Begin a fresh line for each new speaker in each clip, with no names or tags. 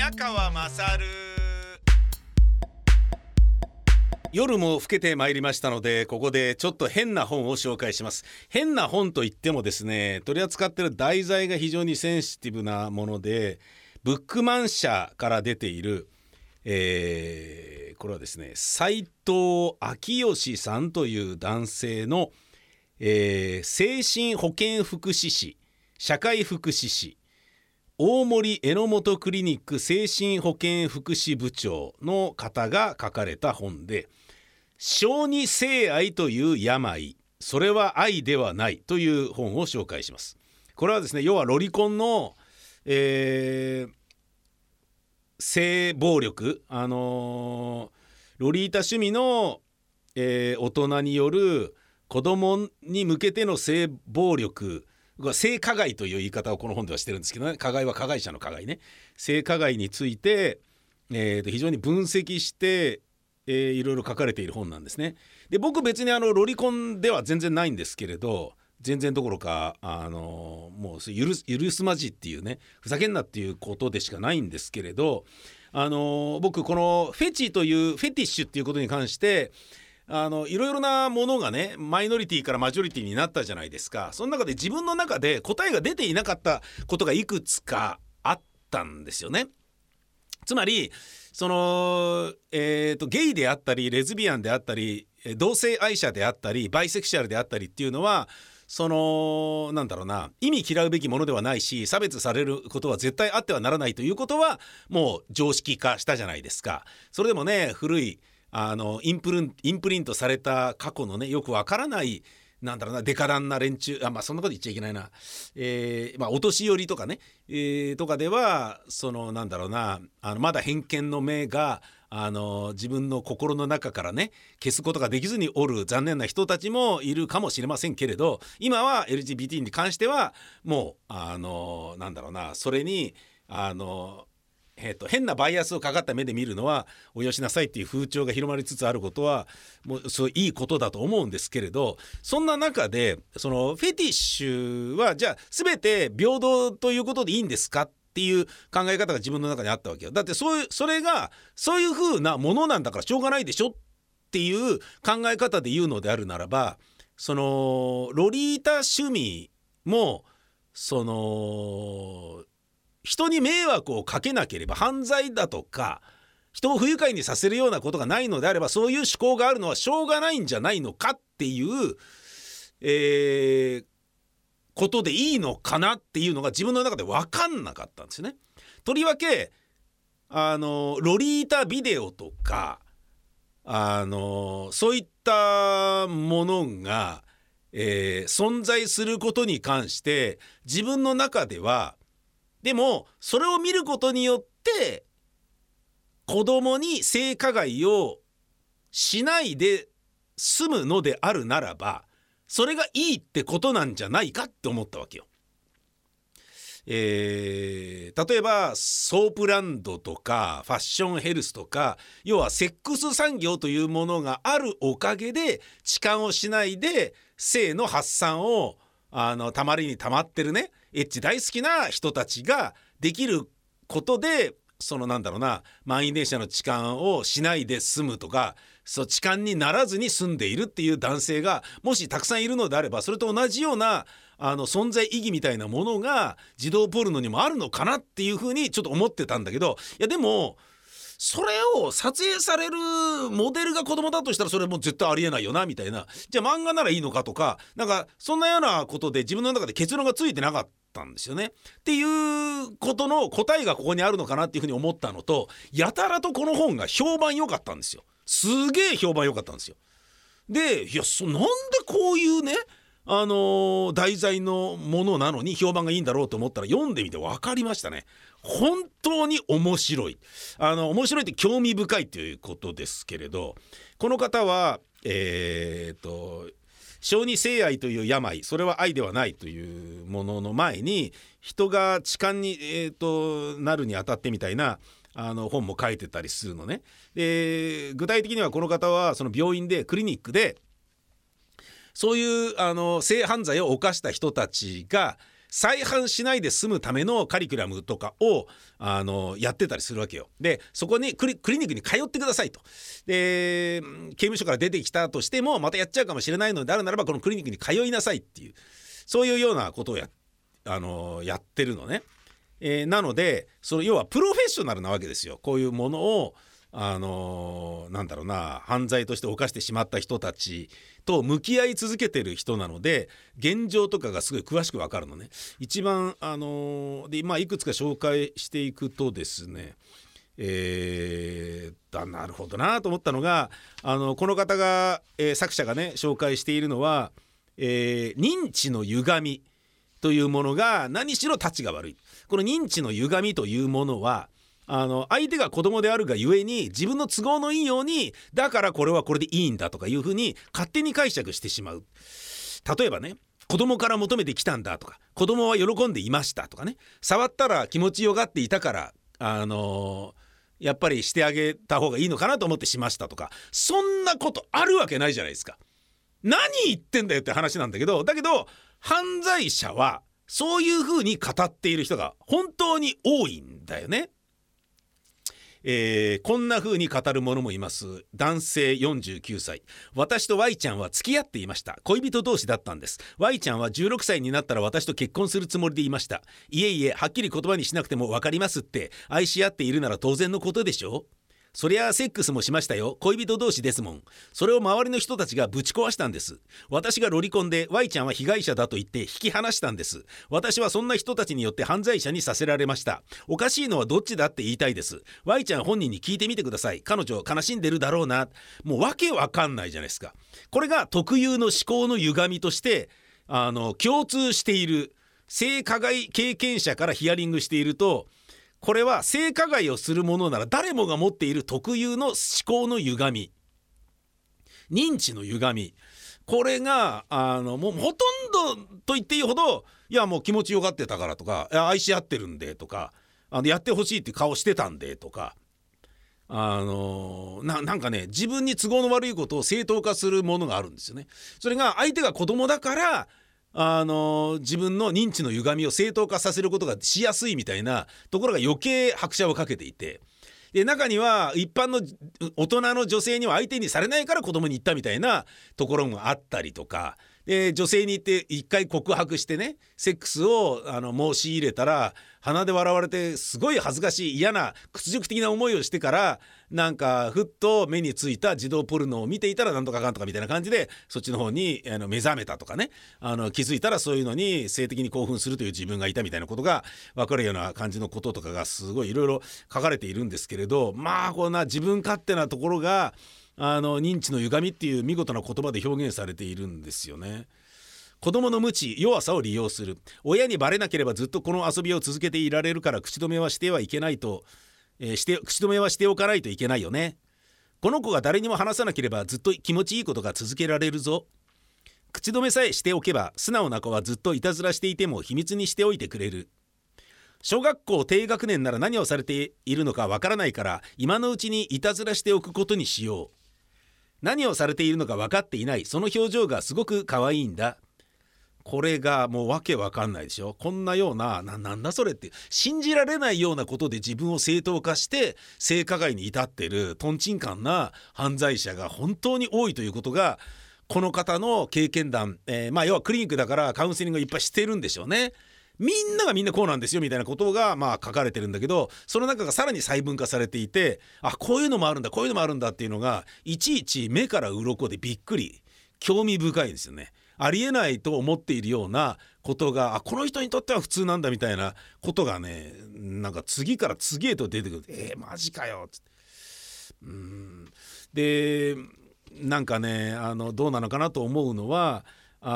宮川まさる。夜も更けてまいりましたので、ここでちょっと変な本を紹介します。変な本といってもですね、取り扱っている題材が非常にセンシティブなもので、ブックマン社から出ている、これはですね、斉藤昭義さんという男性の、精神保健福祉士、社会福祉士、大森榎本クリニック精神保健福祉部長の方が書かれた本で、小児性愛という病、それは愛ではないという本を紹介します。これはですね、要はロリコンの、性暴力、ロリータ趣味の、大人による子供に向けての性暴力、性加害という言い方をこの本ではしてるんですけどね、加害は加害者の加害ね、性加害について、非常に分析して、いろいろ書かれている本なんですね。で、僕別にロリコンでは全然ないんですけれど、全然どころかもう許すまじっていうね、ふざけんなっていうことでしかないんですけれど、僕このフェチというフェティッシュっていうことに関していろいろなものがね、マイノリティからマジョリティになったじゃないですか。その中で自分の中で答えが出ていなかったことがいくつかあったんですよね。つまりその、ゲイであったりレズビアンであったり同性愛者であったりバイセクシャルであったりっていうのは、そのなんだろうな、意味嫌うべきものではないし、差別されることは絶対あってはならないということはもう常識化したじゃないですか。それでもね、古いインプリントされた過去のね、よくわからないなんだろうな、デカダンな連中、そんなこと言っちゃいけないな、お年寄りとかね、とかではそのなんだろうな、まだ偏見の目が自分の心の中からね消すことができずにおる残念な人たちもいるかもしれませんけれど、今は LGBT に関してはもうなんだろうな、それに変なバイアスをかかった目で見るのはおよしなさいっていう風潮が広まりつつあることはもうそういいことだと思うんですけれど、そんな中でそのフェティッシュはじゃあ全て平等ということでいいんですかっていう考え方が自分の中にあったわけよ。だってそれがそういう風なものなんだからしょうがないでしょっていう考え方で言うのであるならば、そのロリータ趣味もその人に迷惑をかけなければ、犯罪だとか人を不愉快にさせるようなことがないのであれば、そういう思考があるのはしょうがないんじゃないのかっていう、ことでいいのかなっていうのが自分の中で分かんなかったんですよね。とりわけロリータビデオとかそういったものが、存在することに関して自分の中では、でもそれを見ることによって子供に性加害をしないで済むのであるならば、それがいいってことなんじゃないかって思ったわけよ。例えばソープランドとかファッションヘルスとか、要はセックス産業というものがあるおかげで痴漢をしないで性の発散をたまりにたまってるね、エッチ大好きな人たちができることで、そのなんだろうな、満員電車の痴漢をしないで済むとか、そう痴漢にならずに済んでいるっていう男性がもしたくさんいるのであれば、それと同じような存在意義みたいなものが児童ポルノにもあるのかなっていうふうにちょっと思ってたんだけど、いやでもそれを撮影されるモデルが子供だとしたらそれもう絶対ありえないよなみたいな、じゃあ漫画ならいいのかとか、なんかそんなようなことで自分の中で結論がついてなかったんですよね。っていうことの答えがここにあるのかなっていうふうに思ったのと、やたらとこの本が評判良かったんですよ。すげえ評判良かったんですよ。で、いやなんでこういうね題材のものなのに評判がいいんだろうと思ったら、読んでみて分かりましたね。本当に面白い。面白いって興味深いということですけれど、この方は小児性愛という病、それは愛ではないというものの前に、人が痴漢に、なるにあたってみたいな本も書いてたりするのね。で、具体的にはこの方はその病院でクリニックでそういう性犯罪を犯した人たちが再犯しないで済むためのカリキュラムとかをやってたりするわけよ。でそこにクリニックに通ってくださいと。で刑務所から出てきたとしてもまたやっちゃうかもしれないのであるならばこのクリニックに通いなさいっていう、そういうようなことをやってるのね。なので要はプロフェッショナルなわけですよ。こういうものをなんだろうな、犯罪として犯してしまった人たちと向き合い続けてる人なので現状とかがすごい詳しく分かるのね。一番で、いくつか紹介していくとですね、なるほどなと思ったのがこの方が、作者がね紹介しているのは、認知の歪みというものが何しろたちが悪い。この認知の歪みというものは相手が子供であるがゆえに自分の都合のいいようにだからこれはこれでいいんだとかいうふうに勝手に解釈してしまう。例えばね、子供から求めてきたんだとか、子供は喜んでいましたとかね、触ったら気持ちよがっていたからやっぱりしてあげた方がいいのかなと思ってしましたとか、そんなことあるわけないじゃないですか。何言ってんだよって話なんだけど、犯罪者はそういうふうに語っている人が本当に多いんだよね。こんな風に語る者もいます。男性49歳。私と Y ちゃんは付き合っていました。恋人同士だったんです。Y ちゃんは16歳になったら私と結婚するつもりでいました。いえいえ、はっきり言葉にしなくても分かりますって。愛し合っているなら当然のことでしょ。そりゃセックスもしましたよ。恋人同士ですもん。それを周りの人たちがぶち壊したんです。私がロリコンで Y ちゃんは被害者だと言って引き離したんです。私はそんな人たちによって犯罪者にさせられました。おかしいのはどっちだって言いたいです。 Y ちゃん本人に聞いてみてください。彼女悲しんでるだろうな。もうわけわかんないじゃないですか。これが特有の思考の歪みとして共通している。性加害経験者からヒアリングしていると、これは性加害をする者なら誰もが持っている特有の思考の歪み、認知の歪み、これがもうほとんどと言っていいほど、いやもう気持ちよがってたからとか、愛し合ってるんでとか、やってほしいって顔してたんでとか、なんかね、自分に都合の悪いことを正当化するものがあるんですよね。それが相手が子供だから自分の認知の歪みを正当化させることがしやすいみたいなところが余計拍車をかけていて、で中には一般の大人の女性には相手にされないから子供に言ったみたいなところもあったりとか、で女性に言って一回告白してね、セックスを申し入れたら鼻で笑われてすごい恥ずかしい嫌な屈辱的な思いをしてから、なんかふっと目についた児童ポルノを見ていたらなんとかかんとかみたいな感じでそっちの方に目覚めたとかね、気づいたらそういうのに性的に興奮するという自分がいたみたいなことが分かるような感じのこととかがすごいいろいろ書かれているんですけれど、こんな自分勝手なところが認知の歪みっていう見事な言葉で表現されているんですよね。子供の無知弱さを利用する。親にバレなければずっとこの遊びを続けていられるから口止めはしてはいけないと、口止めはしておかないといけないよね。この子が誰にも話さなければずっと気持ちいいことが続けられるぞ。口止めさえしておけば素直な子はずっといたずらしていても秘密にしておいてくれる。小学校低学年なら何をされているのかわからないから今のうちにいたずらしておくことにしよう。何をされているのか分かっていないその表情がすごく可愛いんだ。これがもうわけわかんないでしょ。こんなようななんだそれって信じられないようなことで自分を正当化して性加害に至ってるトンチンカンな犯罪者が本当に多いということがこの方の経験談、要はクリニックだからカウンセリングをいっぱいしてるんでしょうね。みんながみんなこうなんですよみたいなことが書かれてるんだけど、その中がさらに細分化されていて、こういうのもあるんだこういうのもあるんだっていうのがいちいち目から鱗でびっくり興味深いんですよね。ありえないと思っているようなことがこの人にとっては普通なんだみたいなことがね、なんか次から次へと出てくる。マジかよっつって。でなんかねどうなのかなと思うのは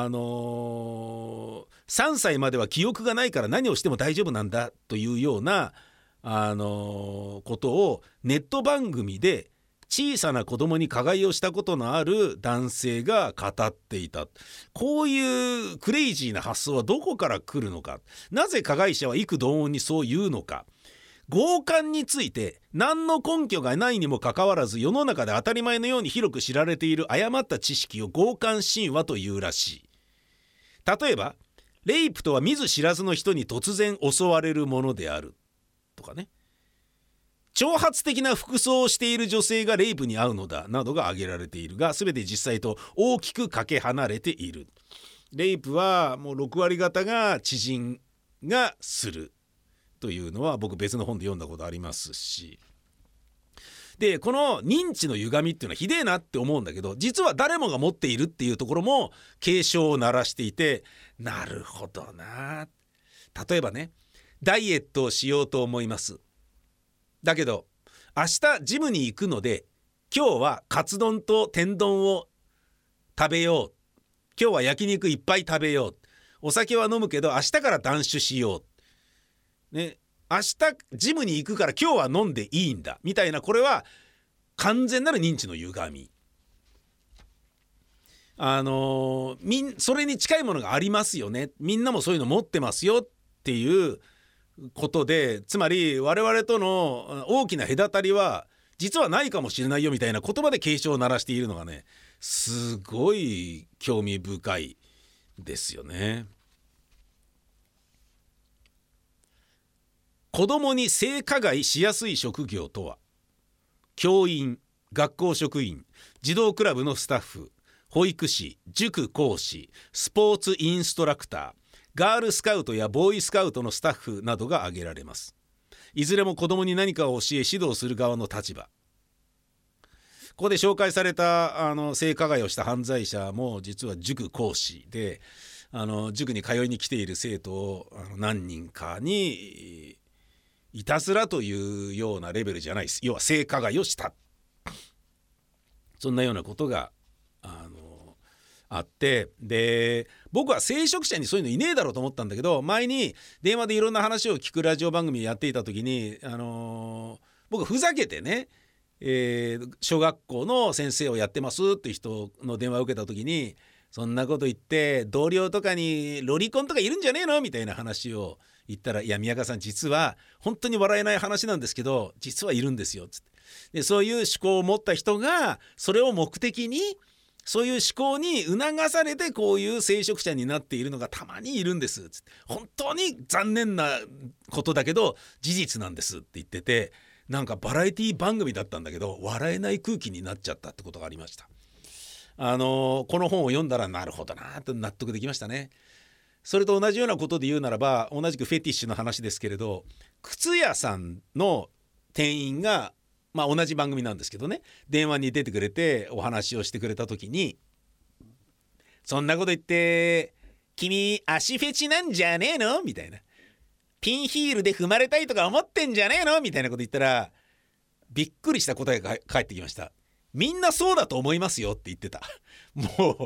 3歳までは記憶がないから何をしても大丈夫なんだというようなことをネット番組で小さな子供に加害をしたことのある男性が語っていた。こういうクレイジーな発想はどこから来るのか。なぜ加害者は異口同音にそう言うのか。強姦について何の根拠がないにもかかわらず世の中で当たり前のように広く知られている誤った知識を強姦神話というらしい。例えばレイプとは見ず知らずの人に突然襲われるものであるとかね、挑発的な服装をしている女性がレイプに遭うのだなどが挙げられているが、全て実際と大きくかけ離れている。レイプはもう6割方が知人がするというのは僕別の本で読んだことありますし、でこの認知の歪みっていうのはひでえなって思うんだけど、実は誰もが持っているっていうところも警鐘を鳴らしていて、なるほどな。例えばね、ダイエットをしようと思います。だけど明日ジムに行くので今日はカツ丼と天丼を食べよう、今日は焼肉いっぱい食べよう、お酒は飲むけど明日から断酒しよう、ね、明日ジムに行くから今日は飲んでいいんだみたいな、これは完全なる認知の歪み。それに近いものがありますよね、みんなもそういうの持ってますよっていうことで、つまり我々との大きな隔たりは実はないかもしれないよみたいな言葉で警鐘を鳴らしているのがね、すごい興味深いですよね。子供に性加害しやすい職業とは、教員、学校職員、児童クラブのスタッフ、保育士、塾講師、スポーツインストラクター、ガールスカウトやボーイスカウトのスタッフなどが挙げられます。いずれも子供に何かを教え指導する側の立場。ここで紹介された性加害をした犯罪者も実は塾講師で、塾に通いに来ている生徒を何人かにいたずらというようなレベルじゃないです。要は性加害をした、そんなようなことがあって、で僕は聖職者にそういうのいねえだろうと思ったんだけど、前に電話でいろんな話を聞くラジオ番組やっていた時に、僕ふざけてね、小学校の先生をやってますっていう人の電話を受けた時に、そんなこと言って同僚とかにロリコンとかいるんじゃねえのみたいな話を言ったら、いや宮川さん実は本当に笑えない話なんですけど実はいるんですよつって。でそういう思考を持った人がそれを目的に、そういう思考に促されてこういう聖職者になっているのがたまにいるんですつって、本当に残念なことだけど事実なんですって言ってて、なんかバラエティ番組だったんだけど笑えない空気になっちゃったってことがありました。この本を読んだらなるほどなと納得できましたね。それと同じようなことで言うならば、同じくフェティッシュの話ですけれど、靴屋さんの店員が同じ番組なんですけどね、電話に出てくれてお話をしてくれた時に、そんなこと言って君足フェチなんじゃねえのみたいな、ピンヒールで踏まれたいとか思ってんじゃねえのみたいなこと言ったら、びっくりした答えが返ってきました。みんなそうだと思いますよって言ってた。もう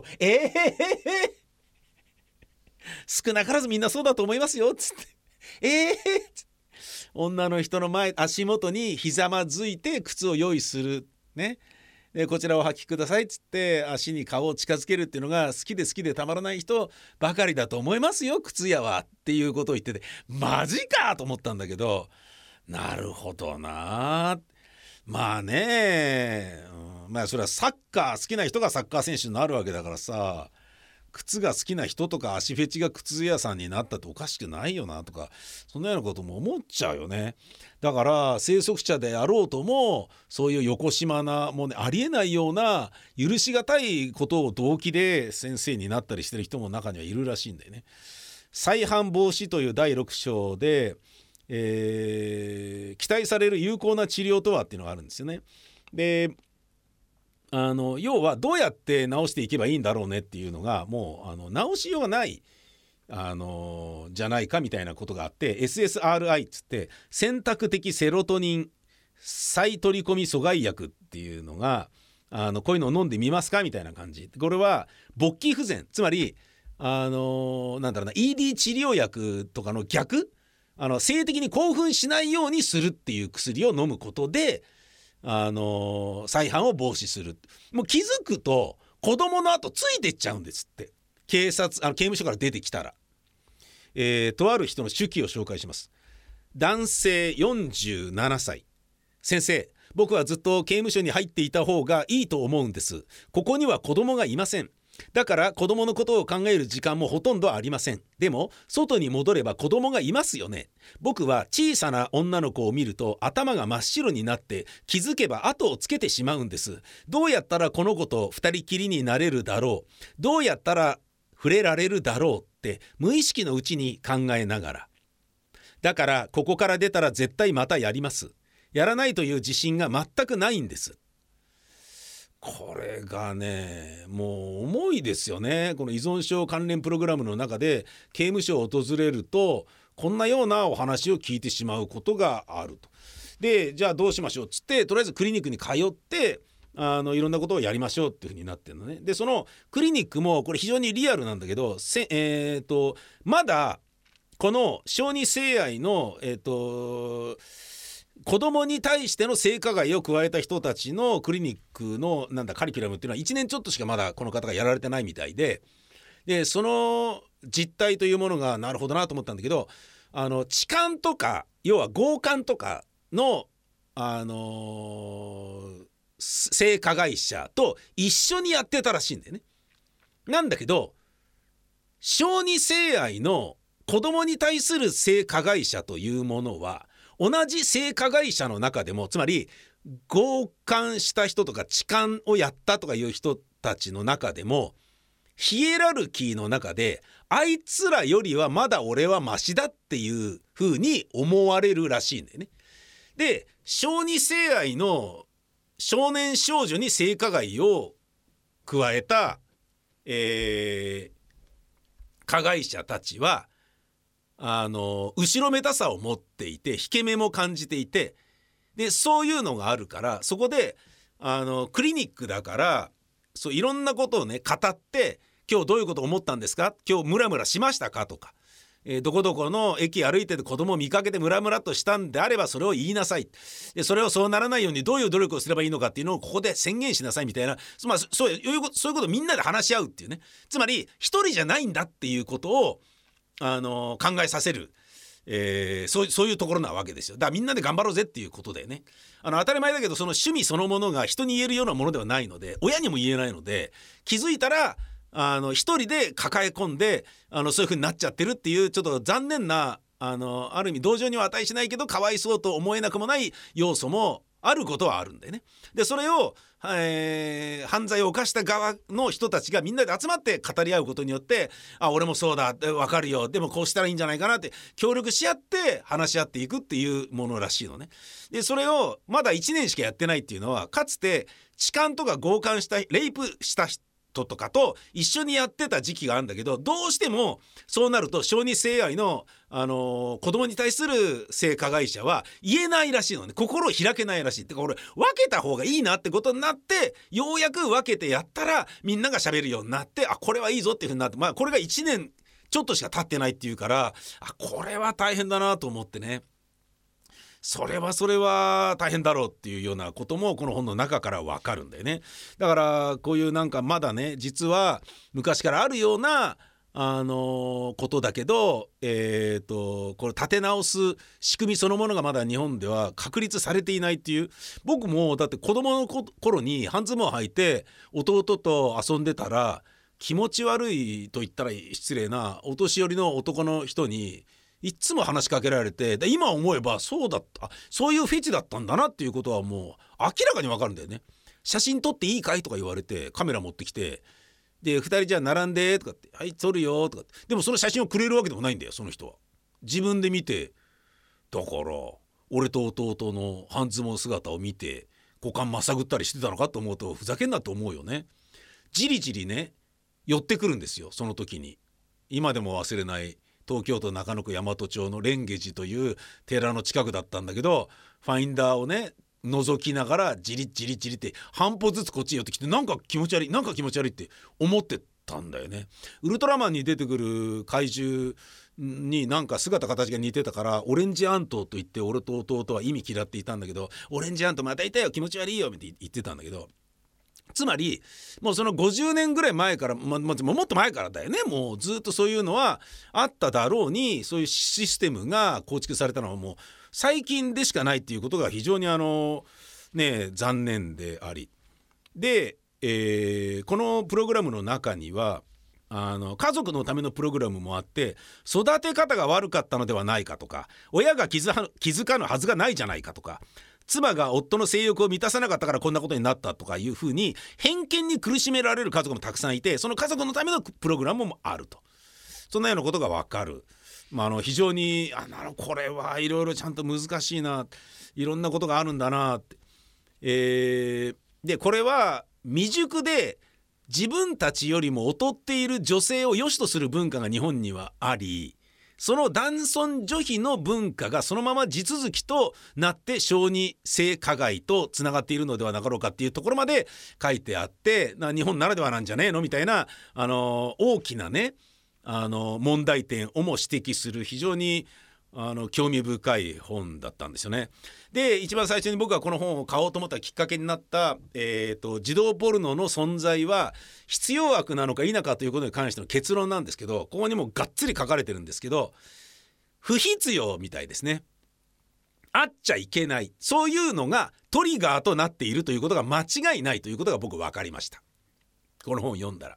少なからずみんなそうだと思いますよっつって女の人の足元にひざまずいて靴を用意するね。でこちらを履きくださいっつって足に顔を近づけるっていうのが好きでたまらない人ばかりだと思いますよ靴屋はっていうことを言ってて、マジかと思ったんだけど、なるほどな。まあね、それはサッカー好きな人がサッカー選手になるわけだからさ、靴が好きな人とか足フェチが靴屋さんになったっておかしくないよなとか、そんなようなことも思っちゃうよね。だから聖職者であろうともそういうよこしまなもうね、ありえないような許しがたいことを動機で先生になったりしてる人も中にはいるらしいんだよね。再犯防止という第6章で、期待される有効な治療とはっていうのがあるんですよね。で要はどうやって治していけばいいんだろうねっていうのがもう治しようがないじゃないかみたいなことがあって、 SSRI っつって選択的セロトニン再取り込み阻害薬っていうのがこういうのを飲んでみますかみたいな感じ。これは勃起不全、つまりなんだろうな ED 治療薬とかの逆、性的に興奮しないようにするっていう薬を飲むことで再犯を防止する。もう気づくと子供の後ついてっちゃうんですって。刑務所から出てきたら、とある人の手記を紹介します。男性47歳。先生、僕はずっと刑務所に入っていた方がいいと思うんです。ここには子供がいません。 だから子供のことを考える時間もほとんどありません。でも外に戻れば子供がいますよね。僕は小さな女の子を見ると頭が真っ白になって気づけば後をつけてしまうんです。どうやったらこの子と二人きりになれるだろう、どうやったら触れられるだろうって無意識のうちに考えながら、だからここから出たら絶対またやります。やらないという自信が全くないんです。これがね、もう重いですよね。この依存症関連プログラムの中で刑務所を訪れるとこんなようなお話を聞いてしまうことがあると。で、じゃあどうしましょうっつってとりあえずクリニックに通っていろんなことをやりましょうっていう風になってるのね。でそのクリニックもこれ非常にリアルなんだけど、まだこの小児性愛の子供に対しての性加害を加えた人たちのクリニックのカリキュラムっていうのは1年ちょっとしかまだこの方がやられてないみたいで、その実態というものがなるほどなと思ったんだけど、痴漢とか要は強姦とかの、性加害者と一緒にやってたらしいんだよね。なんだけど小児性愛の子供に対する性加害者というものは同じ性加害者の中でも、つまり強姦した人とか痴漢をやったとかいう人たちの中でもヒエラルキーの中であいつらよりはまだ俺はマシだっていう風に思われるらしいんだよね。で小児性愛の少年少女に性加害を加えた、加害者たちは後ろめたさを持っていて引け目も感じていて、でそういうのがあるからそこでクリニックだからいろんなことをね語って、今日どういうこと思ったんですか、今日ムラムラしましたかとか、どこどこの駅歩いてて子供を見かけてムラムラとしたんであればそれを言いなさい。でそれをそうならないようにどういう努力をすればいいのかっていうのをここで宣言しなさいみたいな、そういうことをみんなで話し合うっていうね、つまり一人じゃないんだっていうことを考えさせる、そういうところなわけですよ。だからみんなで頑張ろうぜっていうことだよね。当たり前だけどその趣味そのものが人に言えるようなものではないので、親にも言えないので、気づいたら一人で抱え込んでそういう風になっちゃってるっていうちょっと残念なある意味同情には値しないけどかわいそうと思えなくもない要素もあることはあるんだよね。でそれを、犯罪を犯した側の人たちがみんなで集まって語り合うことによって、俺もそうだって分かるよ、でもこうしたらいいんじゃないかなって協力し合って話し合っていくっていうものらしいのね。でそれをまだ1年しかやってないっていうのは、かつて痴漢とか強姦したレイプした人とかと一緒にやってた時期があるんだけど、どうしてもそうなると小児性愛の、子供に対する性加害者は言えないらしいのね。心を開けないらしい。ってこれ分けた方がいいなってことになって、ようやく分けてやったらみんなが喋るようになって、これはいいぞっていうふうになって、これが1年ちょっとしか経ってないっていうから、これは大変だなと思ってね、それは大変だろうっていうようなこともこの本の中から分かるんだよね。だからこういうまだね実は昔からあるようなことだけど、これ立て直す仕組みそのものがまだ日本では確立されていないっていう。僕もだって子供の頃に半ズボン履いて弟と遊んでたら、気持ち悪いと言ったら失礼なお年寄りの男の人にいつも話しかけられて、で今思えばそうだった、そういうフェチだったんだなっていうことはもう明らかに分かるんだよね。写真撮っていいかいとか言われてカメラ持ってきて、で2人じゃあ並んでとかって、はい撮るよとかって、でもその写真をくれるわけでもないんだよ、その人は。自分で見て、だから俺と弟の半ズボン姿を見て股間まさぐったりしてたのかと思うとふざけんなと思うよね。じりじりね寄ってくるんですよ、その時に。今でも忘れない東京都中野区大和町の蓮華寺という寺の近くだったんだけど、ファインダーをね覗きながらじりじりじりって半歩ずつこっち寄ってきて、なんか気持ち悪いって思ってたんだよね。ウルトラマンに出てくる怪獣に姿形が似てたから、オレンジアントと言って俺と弟は意味嫌っていたんだけど、オレンジアントまたいたよ気持ち悪いよって言ってたんだけど、つまりもうその50年ぐらい前から、もっと前からだよね。もうずっとそういうのはあっただろうに、そういうシステムが構築されたのはもう最近でしかないっていうことが非常に残念であり、でこのプログラムの中には家族のためのプログラムもあって、育て方が悪かったのではないかとか、親が気づかぬはずがないじゃないかとか、妻が夫の性欲を満たさなかったからこんなことになったとかいうふうに偏見に苦しめられる家族もたくさんいて、その家族のためのプログラムもあると、そんなようなことが分かる。非常にこれはいろいろちゃんと難しいな、いろんなことがあるんだなって、でこれは未熟で自分たちよりも劣っている女性を良しとする文化が日本にはあり、その男尊女卑の文化がそのまま地続きとなって小児性加害とつながっているのではなかろうかっていうところまで書いてあって、日本ならではなんじゃねえのみたいな大きなね問題点をも指摘する非常に興味深い本だったんですよね。で一番最初に僕がこの本を買おうと思ったきっかけになった、児童ポルノの存在は必要悪なのか否かということに関しての結論なんですけど、ここにもがっつり書かれてるんですけど、不必要みたいですね。あっちゃいけない、そういうのがトリガーとなっているということが間違いないということが僕分かりました。この本を読んだら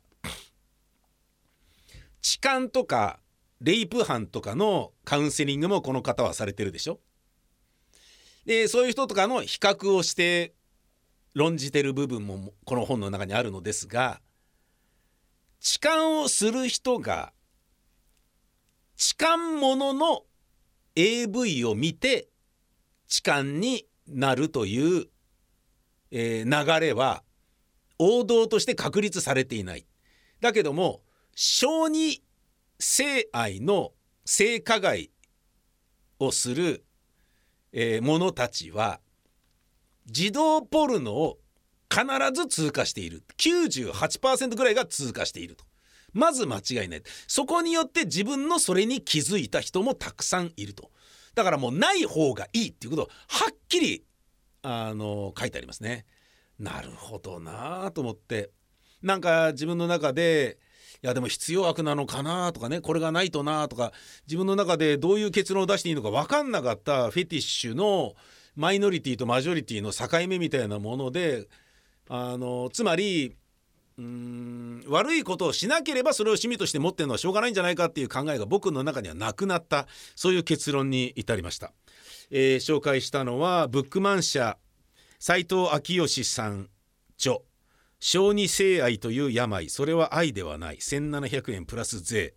痴漢とかレイプ犯とかのカウンセリングもこの方はされてるでしょ。でそういう人とかの比較をして論じてる部分もこの本の中にあるのですが、痴漢をする人が痴漢ものの AV を見て痴漢になるという、流れは王道として確立されていない。だけども小児性愛の性加害をする、者たちは児童ポルノを必ず通過している。 98% ぐらいが通過していると、まず間違いない。そこによって自分のそれに気づいた人もたくさんいると。だからもうない方がいいっていうことをはっきり書いてありますね。なるほどなと思って、なんか自分の中でいやでも必要悪なのかなとかね、これがないとなとか、自分の中でどういう結論を出していいのか分かんなかったフェティッシュのマイノリティとマジョリティの境目みたいなもので、つまり悪いことをしなければそれを趣味として持ってるのはしょうがないんじゃないかっていう考えが僕の中にはなくなった、そういう結論に至りました。紹介したのはブックマン社斉藤昭義さん著、小児性愛という病、それは愛ではない、1700円プラス税。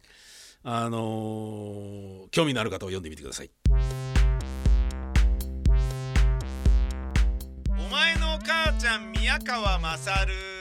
興味のある方は読んでみてください。お前の母ちゃん宮川勝。